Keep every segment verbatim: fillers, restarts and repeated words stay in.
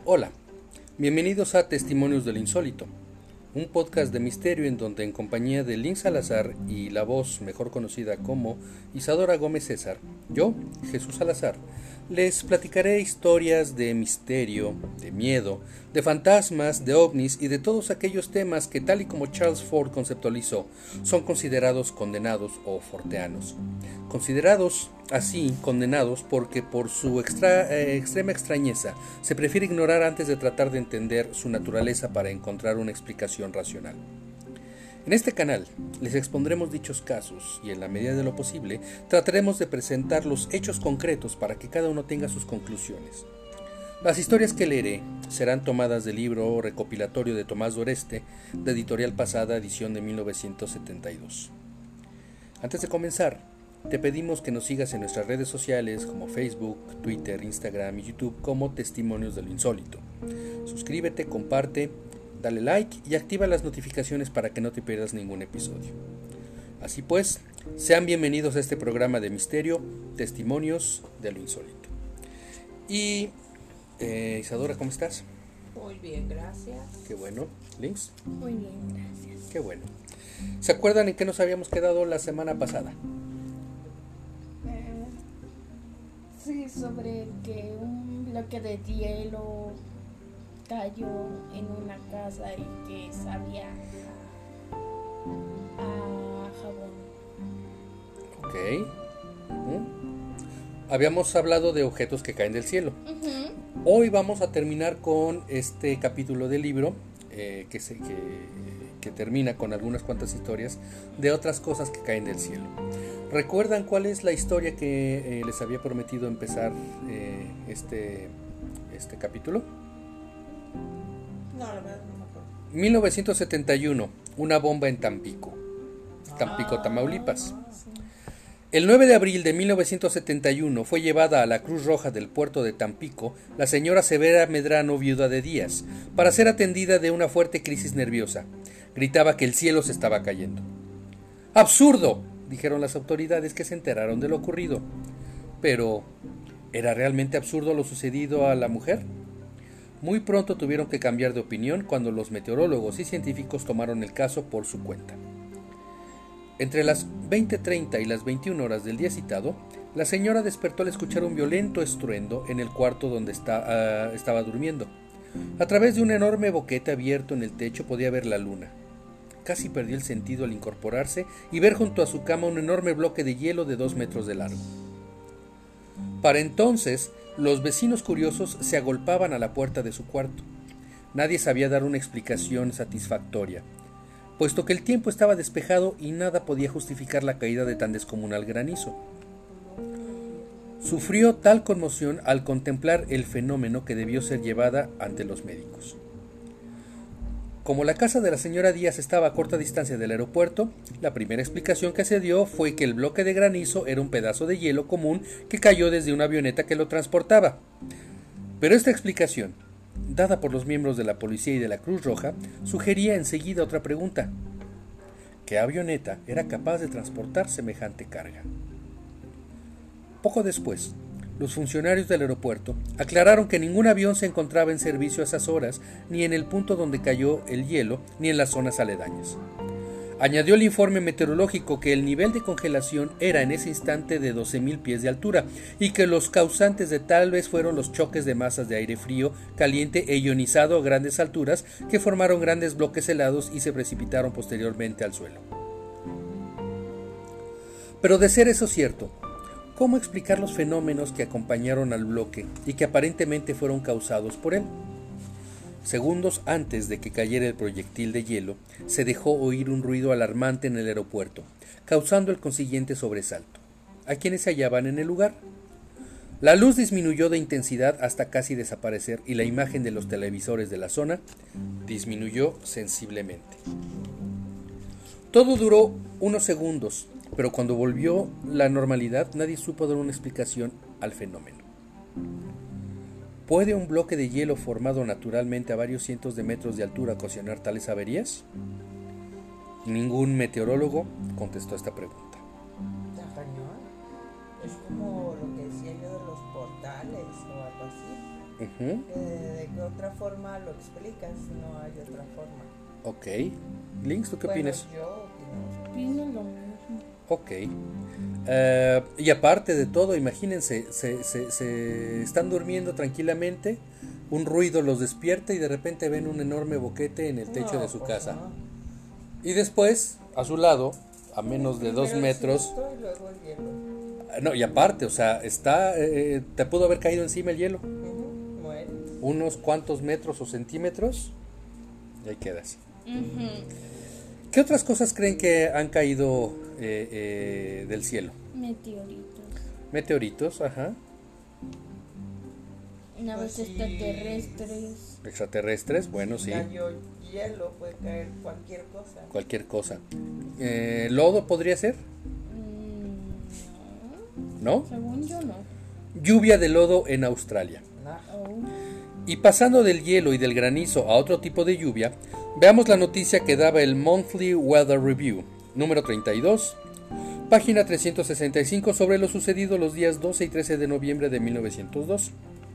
Hola, bienvenidos a Testimonios del Insólito, un podcast de misterio en donde en compañía de Lynn Salazar y la voz mejor conocida como Isadora Gómez César, yo, Jesús Salazar, les platicaré historias de misterio, de miedo, de fantasmas, de ovnis y de todos aquellos temas que, tal y como Charles Fort conceptualizó, son considerados condenados o forteanos. Considerados así condenados porque por su extra, eh, extrema extrañeza se prefiere ignorar antes de tratar de entender su naturaleza para encontrar una explicación racional. En este canal les expondremos dichos casos y en la medida de lo posible trataremos de presentar los hechos concretos para que cada uno tenga sus conclusiones. Las historias que leeré serán tomadas del libro recopilatorio de Tomás Doreste, de Editorial Pasada, edición de mil novecientos setenta y dos. Antes de comenzar, te pedimos que nos sigas en nuestras redes sociales como Facebook, Twitter, Instagram y YouTube como Testimonios de lo Insólito. Suscríbete, comparte, dale like y activa las notificaciones para que no te pierdas ningún episodio. Así pues, sean bienvenidos a este programa de misterio, Testimonios de lo Insólito. Y, eh, Isadora, ¿cómo estás? Muy bien, gracias. Qué bueno. ¿Links? Muy bien, gracias. Qué bueno. ¿Se acuerdan en qué nos habíamos quedado la semana pasada? Eh, sí, sobre que un bloque de hielo cayó en una casa y que sabía a, a jabón. Ok. Uh-huh. Habíamos hablado de objetos que caen del cielo. Uh-huh. Hoy vamos a terminar con este capítulo del libro eh, que, se, que, que termina con algunas cuantas historias de otras cosas que caen del cielo. ¿Recuerdan cuál es la historia que eh, les había prometido empezar eh, este, este capítulo? No, la verdad no me acuerdo. mil novecientos setenta y uno, una bomba en Tampico, Tampico, Tamaulipas. Ah, sí. El nueve de abril de mil novecientos setenta y uno fue llevada a la Cruz Roja del puerto de Tampico la señora Severa Medrano, viuda de Díaz, para ser atendida de una fuerte crisis nerviosa. Gritaba que el cielo se estaba cayendo. ¡Absurdo!, dijeron las autoridades, que se enteraron de lo ocurrido. Pero, ¿era realmente absurdo lo sucedido a la mujer? Muy pronto tuvieron que cambiar de opinión cuando los meteorólogos y científicos tomaron el caso por su cuenta. Entre las veinte treinta y las veintiuna horas del día citado, la señora despertó al escuchar un violento estruendo en el cuarto donde está, uh, estaba durmiendo. A través de un enorme boquete abierto en el techo podía ver la luna. Casi perdió el sentido al incorporarse y ver junto a su cama un enorme bloque de hielo de dos metros de largo. Para entonces, los vecinos curiosos se agolpaban a la puerta de su cuarto. Nadie sabía dar una explicación satisfactoria, puesto que el tiempo estaba despejado y nada podía justificar la caída de tan descomunal granizo. Sufrió tal conmoción al contemplar el fenómeno que debió ser llevada ante los médicos. Como la casa de la señora Díaz estaba a corta distancia del aeropuerto, la primera explicación que se dio fue que el bloque de granizo era un pedazo de hielo común que cayó desde una avioneta que lo transportaba. Pero esta explicación, dada por los miembros de la policía y de la Cruz Roja, sugería enseguida otra pregunta. ¿Qué avioneta era capaz de transportar semejante carga? Poco después, los funcionarios del aeropuerto aclararon que ningún avión se encontraba en servicio a esas horas, ni en el punto donde cayó el hielo, ni en las zonas aledañas. Añadió el informe meteorológico que el nivel de congelación era en ese instante de doce mil pies de altura y que los causantes de tal vez fueron los choques de masas de aire frío, caliente e ionizado a grandes alturas que formaron grandes bloques helados y se precipitaron posteriormente al suelo. Pero de ser eso cierto, ¿cómo explicar los fenómenos que acompañaron al bloque y que aparentemente fueron causados por él? Segundos antes de que cayera el proyectil de hielo, se dejó oír un ruido alarmante en el aeropuerto, causando el consiguiente sobresalto a quienes se hallaban en el lugar. La luz disminuyó de intensidad hasta casi desaparecer y la imagen de los televisores de la zona disminuyó sensiblemente. Todo duró unos segundos, pero cuando volvió la normalidad nadie supo dar una explicación al fenómeno. ¿Puede un bloque de hielo formado naturalmente a varios cientos de metros de altura ocasionar tales averías? Ningún meteorólogo contestó esta pregunta. Está cañón. Es como lo que decía yo de los portales o algo así. Ujú. Eh, ¿De qué otra forma lo explicas? No hay otra forma. Ok. Links, ¿tú qué Bueno, opinas? yo opino. Opino lo mismo. Ok. Eh, y aparte de todo, imagínense, se, se, se están durmiendo tranquilamente, un ruido los despierta y de repente ven un enorme boquete en el techo No, de su pues casa. no. Y después, a su lado, a menos de dos Primero el metros, susto y luego el hielo. no, y aparte, o sea, está, eh, te pudo haber caído encima el hielo, Ujú, mueres. unos cuantos metros o centímetros, y ahí quedas. Ujú. ¿Qué otras cosas creen que han caído eh, eh, del cielo? Meteoritos. Meteoritos, ajá, Naves Pues sí. extraterrestres. extraterrestres, bueno, sí, Cayó hielo, puede caer cualquier cosa. cualquier cosa. Eh, ¿lodo podría ser? Mm, ¿No? no. Según yo, no. Lluvia de lodo en Australia. Nah. Oh. Y pasando del hielo y del granizo a otro tipo de lluvia, veamos la noticia que daba el Monthly Weather Review, número treinta y dos, página trescientos sesenta y cinco, sobre lo sucedido los días doce y trece de noviembre de mil novecientos dos.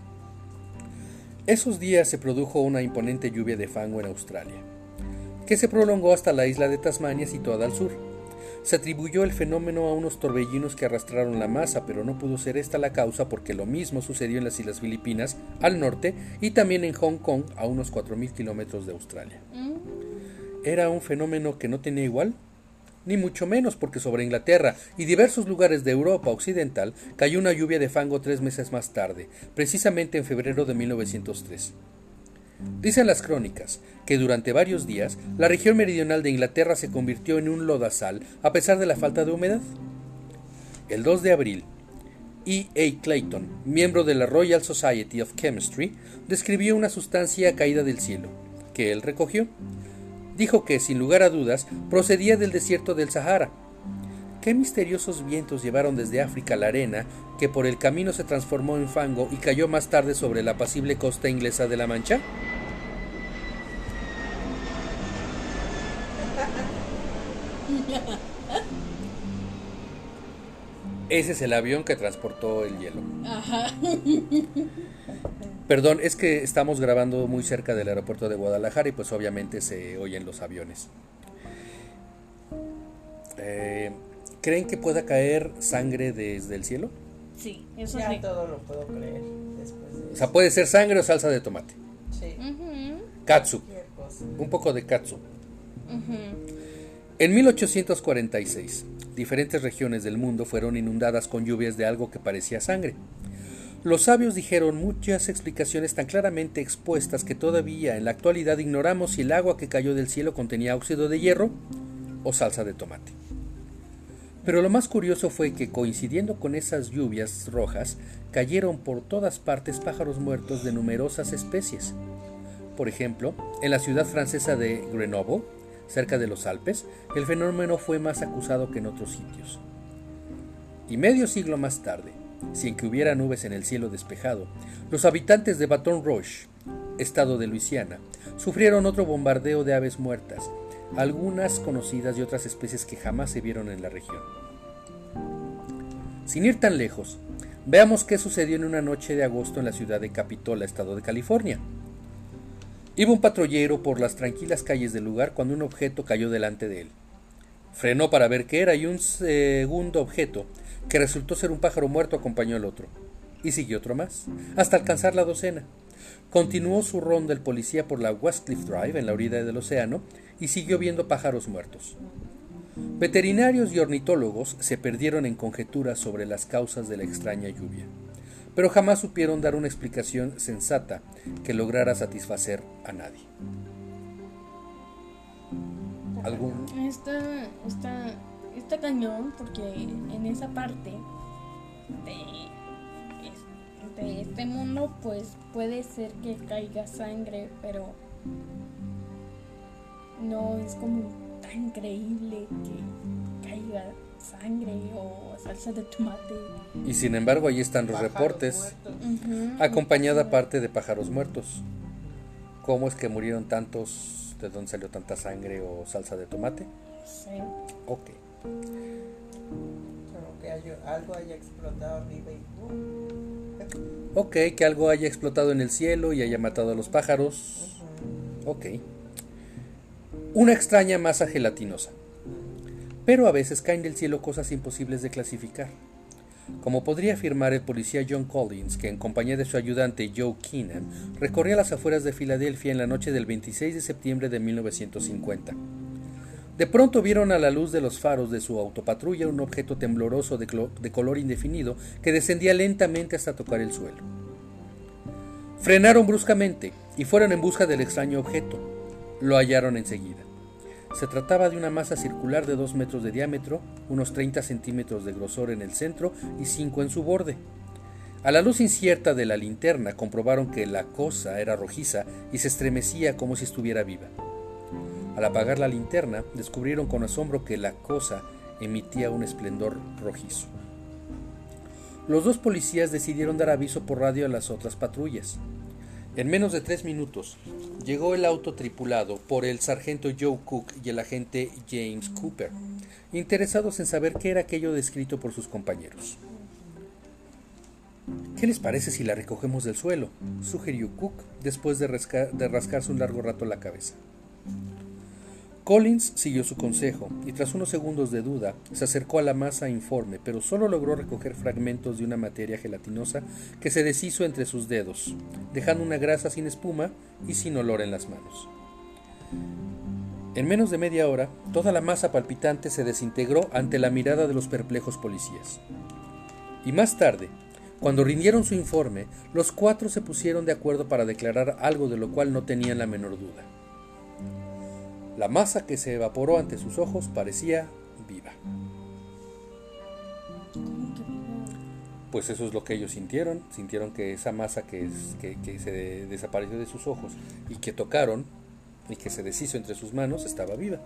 Esos días se produjo una imponente lluvia de fango en Australia, que se prolongó hasta la isla de Tasmania situada al sur. Se atribuyó el fenómeno a unos torbellinos que arrastraron la masa, pero no pudo ser esta la causa porque lo mismo sucedió en las Islas Filipinas, al norte, y también en Hong Kong, a unos cuatro mil kilómetros de Australia. Mm. ¿Era un fenómeno que no tenía igual? Ni mucho menos, porque sobre Inglaterra y diversos lugares de Europa occidental cayó una lluvia de fango tres meses más tarde, precisamente en febrero de mil novecientos tres. Dicen las crónicas que durante varios días la región meridional de Inglaterra se convirtió en un lodazal a pesar de la falta de humedad. El dos de abril, E A Clayton, miembro de la Royal Society of Chemistry, describió una sustancia caída del cielo, que él recogió. Dijo que, sin lugar a dudas, procedía del desierto del Sahara. ¿Qué misteriosos vientos llevaron desde África la arena que por el camino se transformó en fango y cayó más tarde sobre la apacible costa inglesa de la Mancha? Ese es el avión que transportó el hielo. Ajá. Perdón, es que estamos grabando muy cerca del aeropuerto de Guadalajara y pues obviamente se oyen los aviones. Eh, ¿Creen que pueda caer sangre desde el cielo? Sí, eso Ya sí. todo lo puedo creer después de O eso. sea, puede ser sangre o salsa de tomate. Sí, Ujú, Katsu, cualquier cosa. un poco de katsu. ujú. En mil ochocientos cuarenta y seis, diferentes regiones del mundo fueron inundadas con lluvias de algo que parecía sangre. Los sabios dijeron muchas explicaciones tan claramente expuestas que todavía en la actualidad ignoramos si el agua que cayó del cielo contenía óxido de hierro o salsa de tomate. Pero lo más curioso fue que, coincidiendo con esas lluvias rojas, cayeron por todas partes pájaros muertos de numerosas especies. Por ejemplo, en la ciudad francesa de Grenoble, cerca de los Alpes, el fenómeno fue más acusado que en otros sitios. Y medio siglo más tarde, sin que hubiera nubes en el cielo despejado, los habitantes de Baton Rouge, estado de Luisiana, sufrieron otro bombardeo de aves muertas, algunas conocidas y otras especies que jamás se vieron en la región. Sin ir tan lejos, veamos qué sucedió en una noche de agosto en la ciudad de Capitola, estado de California. Iba un patrullero por las tranquilas calles del lugar cuando un objeto cayó delante de él. Frenó para ver qué era y un segundo objeto, que resultó ser un pájaro muerto, acompañó al otro. Y siguió otro más, hasta alcanzar la docena. Continuó su ronda el policía por la Westcliff Drive, en la orilla del océano, y siguió viendo pájaros muertos. Veterinarios y ornitólogos se perdieron en conjeturas sobre las causas de la extraña lluvia, pero jamás supieron dar una explicación sensata que lograra satisfacer a nadie. ¿Algún? Está, está, está cañón porque en esa parte de, es- de este mundo pues puede ser que caiga sangre, pero no es como tan creíble que caiga sangre o salsa de tomate. Y sin embargo, ahí están los Pájaros reportes, muertos. Ujú. acompañada parte de pájaros muertos. ¿Cómo es que murieron tantos? ¿De dónde salió tanta sangre o salsa de tomate? Sí. Ok. Como que hay- algo haya explotado arriba y ¡pum! Ok, que algo haya explotado en el cielo y haya matado a los pájaros. Ok. Una extraña masa gelatinosa. Pero a veces caen del cielo cosas imposibles de clasificar. Como podría afirmar el policía John Collins, que en compañía de su ayudante Joe Keenan recorría las afueras de Filadelfia en la noche del veintiséis de septiembre de mil novecientos cincuenta. De pronto vieron a la luz de los faros de su autopatrulla un objeto tembloroso de, clo- de color indefinido que descendía lentamente hasta tocar el suelo. Frenaron bruscamente y fueron en busca del extraño objeto. Lo hallaron enseguida. Se trataba de una masa circular de dos metros de diámetro, unos treinta centímetros de grosor en el centro y cinco en su borde. A la luz incierta de la linterna comprobaron que la cosa era rojiza y se estremecía como si estuviera viva. Al apagar la linterna, descubrieron con asombro que la cosa emitía un esplendor rojizo. Los dos policías decidieron dar aviso por radio a las otras patrullas. En menos de tres minutos, llegó el auto tripulado por el sargento Joe Cook y el agente James Cooper, interesados en saber qué era aquello descrito por sus compañeros. ¿Qué les parece si la recogemos del suelo?, sugirió Cook, después de, rasca- de rascarse un largo rato la cabeza. Collins siguió su consejo y tras unos segundos de duda se acercó a la masa informe, pero solo logró recoger fragmentos de una materia gelatinosa que se deshizo entre sus dedos, dejando una grasa sin espuma y sin olor en las manos. En menos de media hora, toda la masa palpitante se desintegró ante la mirada de los perplejos policías. Y más tarde, cuando rindieron su informe, los cuatro se pusieron de acuerdo para declarar algo de lo cual no tenían la menor duda. La masa que se evaporó ante sus ojos parecía viva. Pues eso es lo que ellos sintieron. Sintieron que esa masa que, es, que, que se de, desapareció de sus ojos y que tocaron y que se deshizo entre sus manos estaba viva.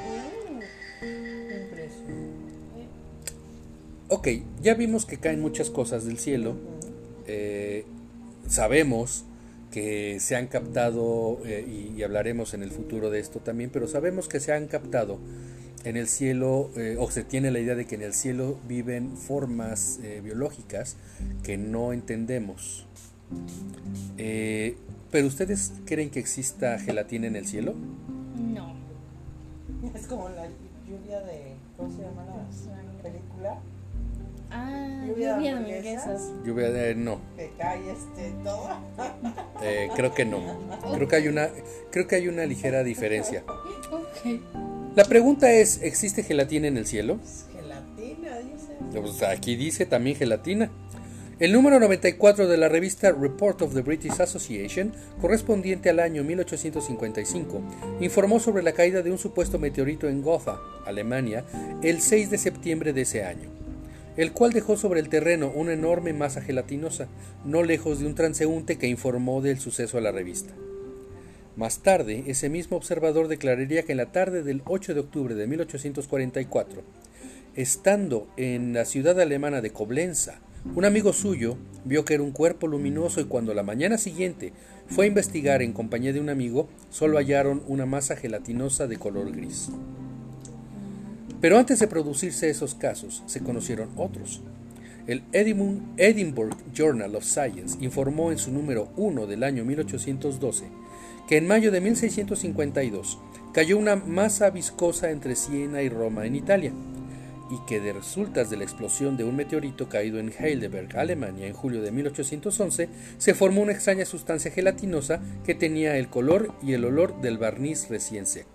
Ok, ya vimos que caen muchas cosas del cielo. Eh, sabemos que se han captado, eh, y, y hablaremos en el futuro de esto también, pero sabemos que se han captado en el cielo, eh, o se tiene la idea de que en el cielo viven formas eh, biológicas que no entendemos. Eh, ¿Pero ustedes creen que exista gelatina en el cielo? No. Es como la lluvia de, ¿cómo se llama la película? Ah, Lluvia lluvia de de hamburguesas. Lluvia de, no, Que cae este todo. eh, creo que no. Creo que hay una, creo que hay una ligera diferencia. Ok. La pregunta es, ¿existe gelatina en el cielo? Gelatina, dice. Pues aquí dice también gelatina. El número noventa y cuatro de la revista Report of the British Association, correspondiente al año mil ochocientos cincuenta y cinco, informó sobre la caída de un supuesto meteorito en Gotha, Alemania, el seis de septiembre de ese año, el cual dejó sobre el terreno una enorme masa gelatinosa, no lejos de un transeúnte que informó del suceso a la revista. Más tarde, ese mismo observador declararía que en la tarde del ocho de octubre de mil ochocientos cuarenta y cuatro, estando en la ciudad alemana de Coblenza, un amigo suyo vio que era un cuerpo luminoso y cuando la mañana siguiente fue a investigar en compañía de un amigo, solo hallaron una masa gelatinosa de color gris. Pero antes de producirse esos casos, se conocieron otros. El Edinburgh Journal of Science informó en su número uno del año mil ochocientos doce que en mayo de mil seiscientos cincuenta y dos cayó una masa viscosa entre Siena y Roma en Italia, y que de resultas de la explosión de un meteorito caído en Heidelberg, Alemania, en julio de mil ochocientos once, se formó una extraña sustancia gelatinosa que tenía el color y el olor del barniz recién seco.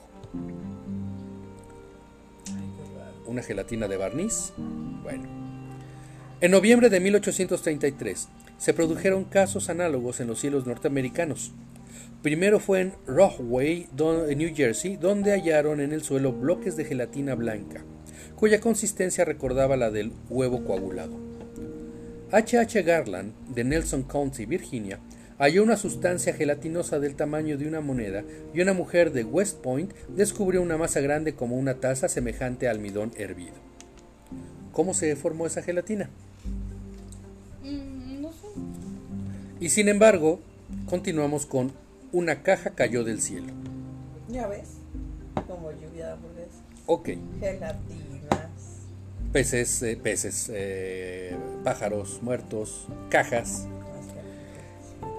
¿Una gelatina de barniz? Bueno. En noviembre de mil ochocientos treinta y tres se produjeron casos análogos en los cielos norteamericanos. Primero fue en Rahway, New Jersey, donde hallaron en el suelo bloques de gelatina blanca, cuya consistencia recordaba la del huevo coagulado. H H Garland, de Nelson County, Virginia, halló una sustancia gelatinosa del tamaño de una moneda y una mujer de West Point descubrió una masa grande como una taza semejante a almidón hervido. ¿Cómo se formó esa gelatina? Mm, no sé. Y sin embargo, continuamos con una caja cayó del cielo. Ya ves, como lluvia de hamburguesas. Ok. Gelatinas. Peces, eh, peces, eh, pájaros muertos, cajas.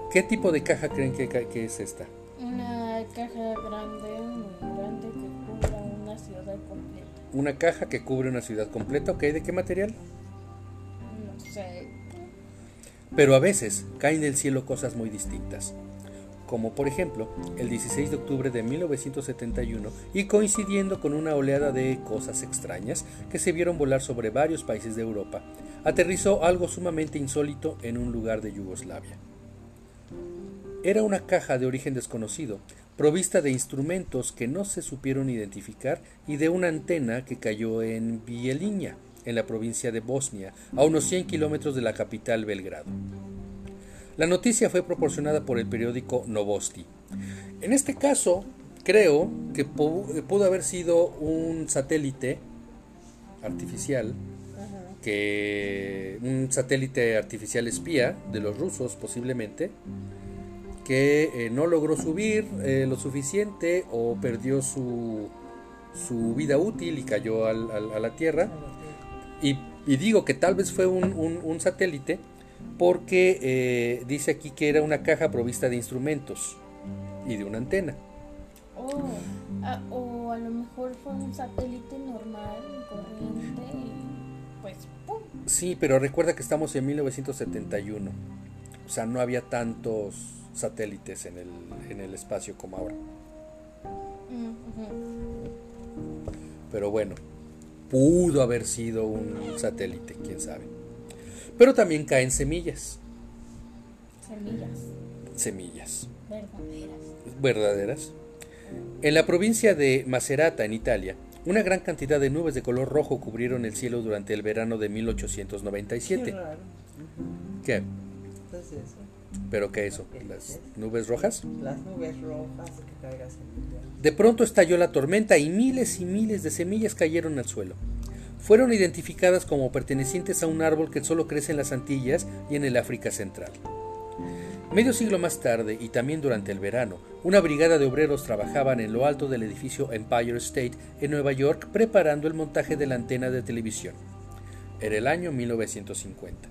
¿Qué tipo de caja creen que, que es esta? Una caja grande, muy grande que cubra una ciudad completa. Una caja que cubre una ciudad completa, ¿ok? ¿De qué material? No sé. Pero a veces caen del cielo cosas muy distintas, como por ejemplo el dieciséis de octubre de mil novecientos setenta y uno, y coincidiendo con una oleada de cosas extrañas que se vieron volar sobre varios países de Europa, aterrizó algo sumamente insólito en un lugar de Yugoslavia. Era una caja de origen desconocido, provista de instrumentos que no se supieron identificar y de una antena que cayó en Bielinja, en la provincia de Bosnia, a unos cien kilómetros de la capital Belgrado. La noticia fue proporcionada por el periódico Novosti. En este caso, creo que pudo haber sido un satélite artificial, que un satélite artificial espía de los rusos posiblemente, que eh, no logró subir eh, lo suficiente o perdió su, su vida útil y cayó al, al, a la Tierra. Y, y digo que tal vez fue un, un, un satélite porque eh, dice aquí que era una caja provista de instrumentos y de una antena. Oh, a, o a lo mejor fue un satélite normal, corriente, y pues ¡pum! Sí, pero recuerda que estamos en mil novecientos setenta y uno. O sea, no había tantos satélites en el, en el espacio como ahora. Uh-huh. Pero bueno, pudo haber sido un satélite, quién sabe. Pero también caen semillas. Semillas. Semillas. Verdaderas. Verdaderas. En la provincia de Macerata, en Italia, una gran cantidad de nubes de color rojo cubrieron el cielo durante el verano de mil ochocientos noventa y siete. Qué raro. Uh-huh. ¿Qué? Entonces eso. ¿Pero qué es eso? ¿Las nubes rojas? Las nubes rojas que caiga semilla. De pronto estalló la tormenta y miles y miles de semillas cayeron al suelo. Fueron identificadas como pertenecientes a un árbol que solo crece en las Antillas y en el África Central. Medio siglo más tarde, y también durante el verano, una brigada de obreros trabajaban en lo alto del edificio Empire State en Nueva York preparando el montaje de la antena de televisión. Era el año mil novecientos cincuenta.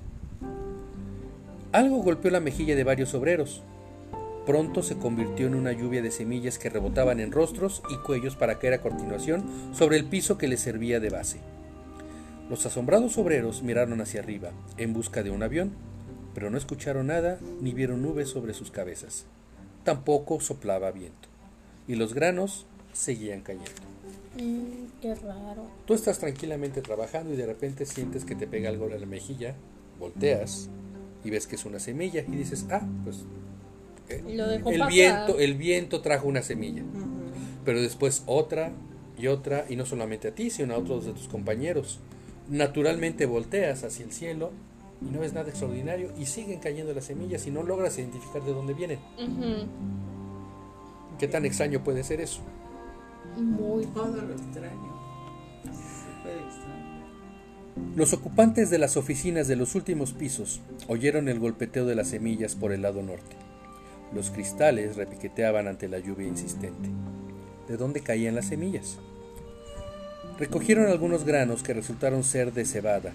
Algo golpeó la mejilla de varios obreros. Pronto se convirtió en una lluvia de semillas que rebotaban en rostros y cuellos para caer a continuación sobre el piso que les servía de base. Los asombrados obreros miraron hacia arriba, en busca de un avión, pero no escucharon nada ni vieron nubes sobre sus cabezas. Tampoco soplaba viento, y los granos seguían cayendo. Mm, qué raro. Tú estás tranquilamente trabajando y de repente sientes que te pega algo en la mejilla, volteas y ves que es una semilla y dices, ah, pues eh, Lo dejó el pasar. viento, el viento trajo una semilla. Uh-huh. Pero después otra y otra, y no solamente a ti, sino a otros de tus compañeros. Naturalmente volteas hacia el cielo y no ves nada extraordinario y siguen cayendo las semillas y no logras identificar de dónde vienen. Uh-huh. ¿Qué tan extraño puede ser eso? Muy. Todo lo extraño. Súper extraño. Los ocupantes de las oficinas de los últimos pisos oyeron el golpeteo de las semillas por el lado norte. Los cristales repiqueteaban ante la lluvia insistente. ¿De dónde caían las semillas? Recogieron algunos granos que resultaron ser de cebada.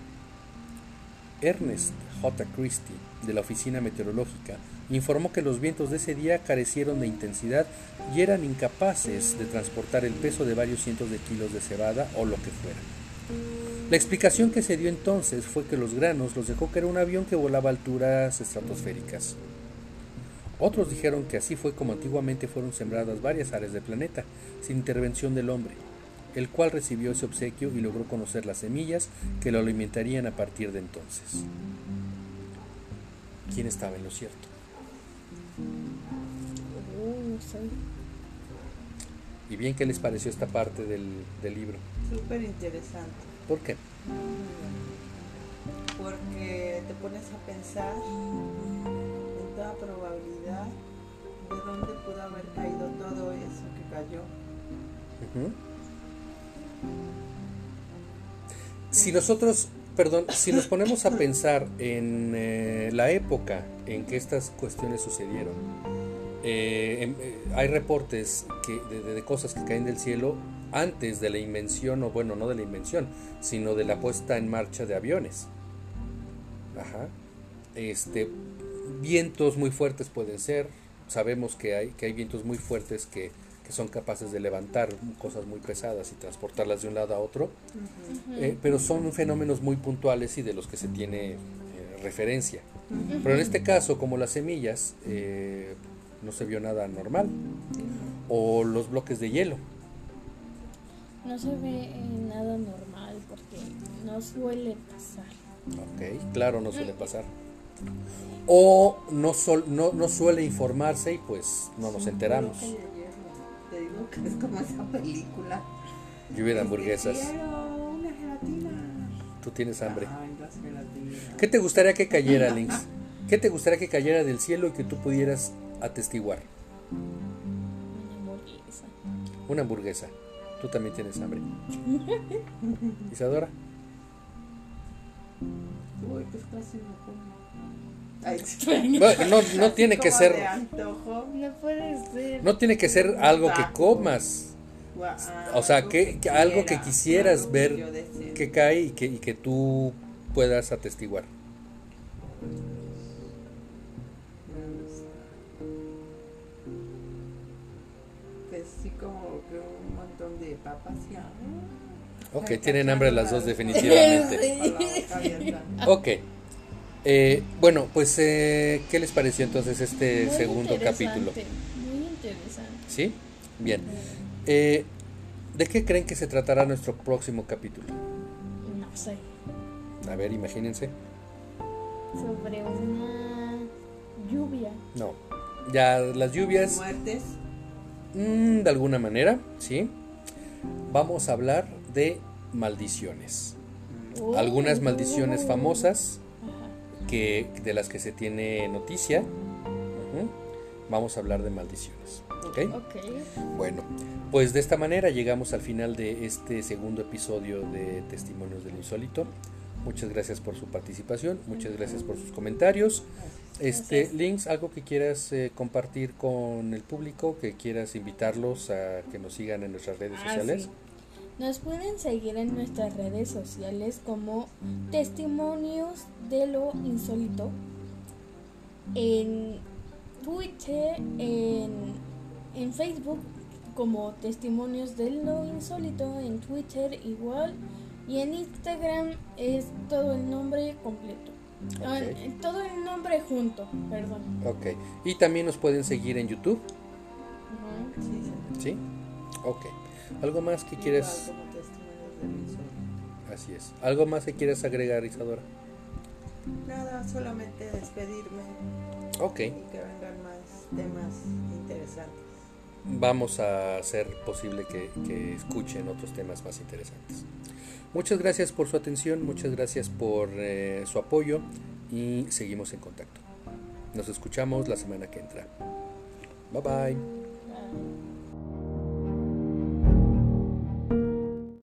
Ernest J. Christie, de la oficina meteorológica, informó que los vientos de ese día carecieron de intensidad y eran incapaces de transportar el peso de varios cientos de kilos de cebada o lo que fuera. La explicación que se dio entonces fue que los granos los dejó caer un avión que volaba a alturas estratosféricas. Otros dijeron que así fue como antiguamente fueron sembradas varias áreas del planeta, sin intervención del hombre, el cual recibió ese obsequio y logró conocer las semillas que lo alimentarían a partir de entonces. ¿Quién estaba en lo cierto? Uh, sí. ¿Y bien qué les pareció esta parte del, del libro? Súper interesante. ¿Por qué? Porque te pones a pensar en toda probabilidad de dónde pudo haber caído todo eso que cayó. Uh-huh. Si nosotros, perdón, si nos ponemos a pensar en eh, la época en que estas cuestiones sucedieron, eh, en, eh, hay reportes que, de, de cosas que caen del cielo antes de la invención, o bueno, no de la invención, sino de la puesta en marcha de aviones. Ajá. Este, vientos muy fuertes pueden ser. Sabemos que hay, que hay vientos muy fuertes que, que son capaces de levantar cosas muy pesadas y transportarlas de un lado a otro. Ujú. Eh, pero son fenómenos muy puntuales y de los que se tiene eh, referencia. Pero en este caso, como las semillas, eh, no se vio nada normal. O los bloques de hielo. No se ve eh, nada normal porque no suele pasar. Ok, claro, no suele pasar. O no, sol, no, no suele informarse y pues no nos enteramos. Bloque de hielo. Te digo que es como esa película. Lluvia de Este, hamburguesas. quiero una gelatina. Tú tienes hambre. Ay, las gelatinas. ¿Qué te gustaría que cayera, Lynx? ¿Qué te gustaría que cayera del cielo y que tú pudieras atestiguar? Una hamburguesa. Una hamburguesa. Tú también tienes hambre. Isadora. Uy, pues casi no como. Ay, sí. Bueno, no, no Así tiene que como ser, de antojo. No puede ser. no tiene que ser algo que comas. Guau, O sea, algo que, que algo que quiera, quisieras algo ver yo desee. que cae y que, y que tú puedas atestiguar. Pues sí, como que un montón de papas y ah, Ok, ay, tienen hambre las dos cachando definitivamente. con la boca abierta. Ok. Eh, bueno, pues, eh, ¿qué les pareció entonces este Muy segundo interesante, capítulo? Muy interesante. ¿Sí? Bien. Eh, ¿de qué creen que se tratará nuestro próximo capítulo? No sé. A ver, imagínense. Sobre una lluvia. No. Ya las lluvias, Muertes. mm, de alguna manera, ¿sí? Vamos a hablar de maldiciones. Oh. Algunas maldiciones famosas Ajá. que, de las que se tiene noticia. Ujú. Vamos a hablar de maldiciones. ¿Ok? Ok. Bueno, pues de esta manera llegamos al final de este segundo episodio de Testimonios del Insólito. Muchas gracias por su participación, muchas gracias por sus comentarios. Este, Gracias. Links, algo que quieras eh, compartir con el público, que quieras invitarlos a que nos sigan en nuestras redes Ah, sociales. sí. Nos pueden seguir en nuestras redes sociales como Testimonios de lo Insólito. En Twitter, en, en Facebook como Testimonios de lo Insólito, en Twitter igual. Y en Instagram es todo el nombre completo. Ah, Ok. todo el nombre junto, perdón. Ok, y también nos pueden seguir en YouTube, Ujú. Sí, sí. ¿sí? Ok, ¿algo más que Igual quieras? como testimonios del insólito. Así es, ¿algo más que quieras agregar, Isadora? Nada, solamente despedirme Ok, y que vengan más temas interesantes. vamos a hacer posible que, que escuchen otros temas más interesantes. Muchas gracias por su atención, muchas gracias por eh, su apoyo y seguimos en contacto. Nos escuchamos la semana que entra. Bye bye.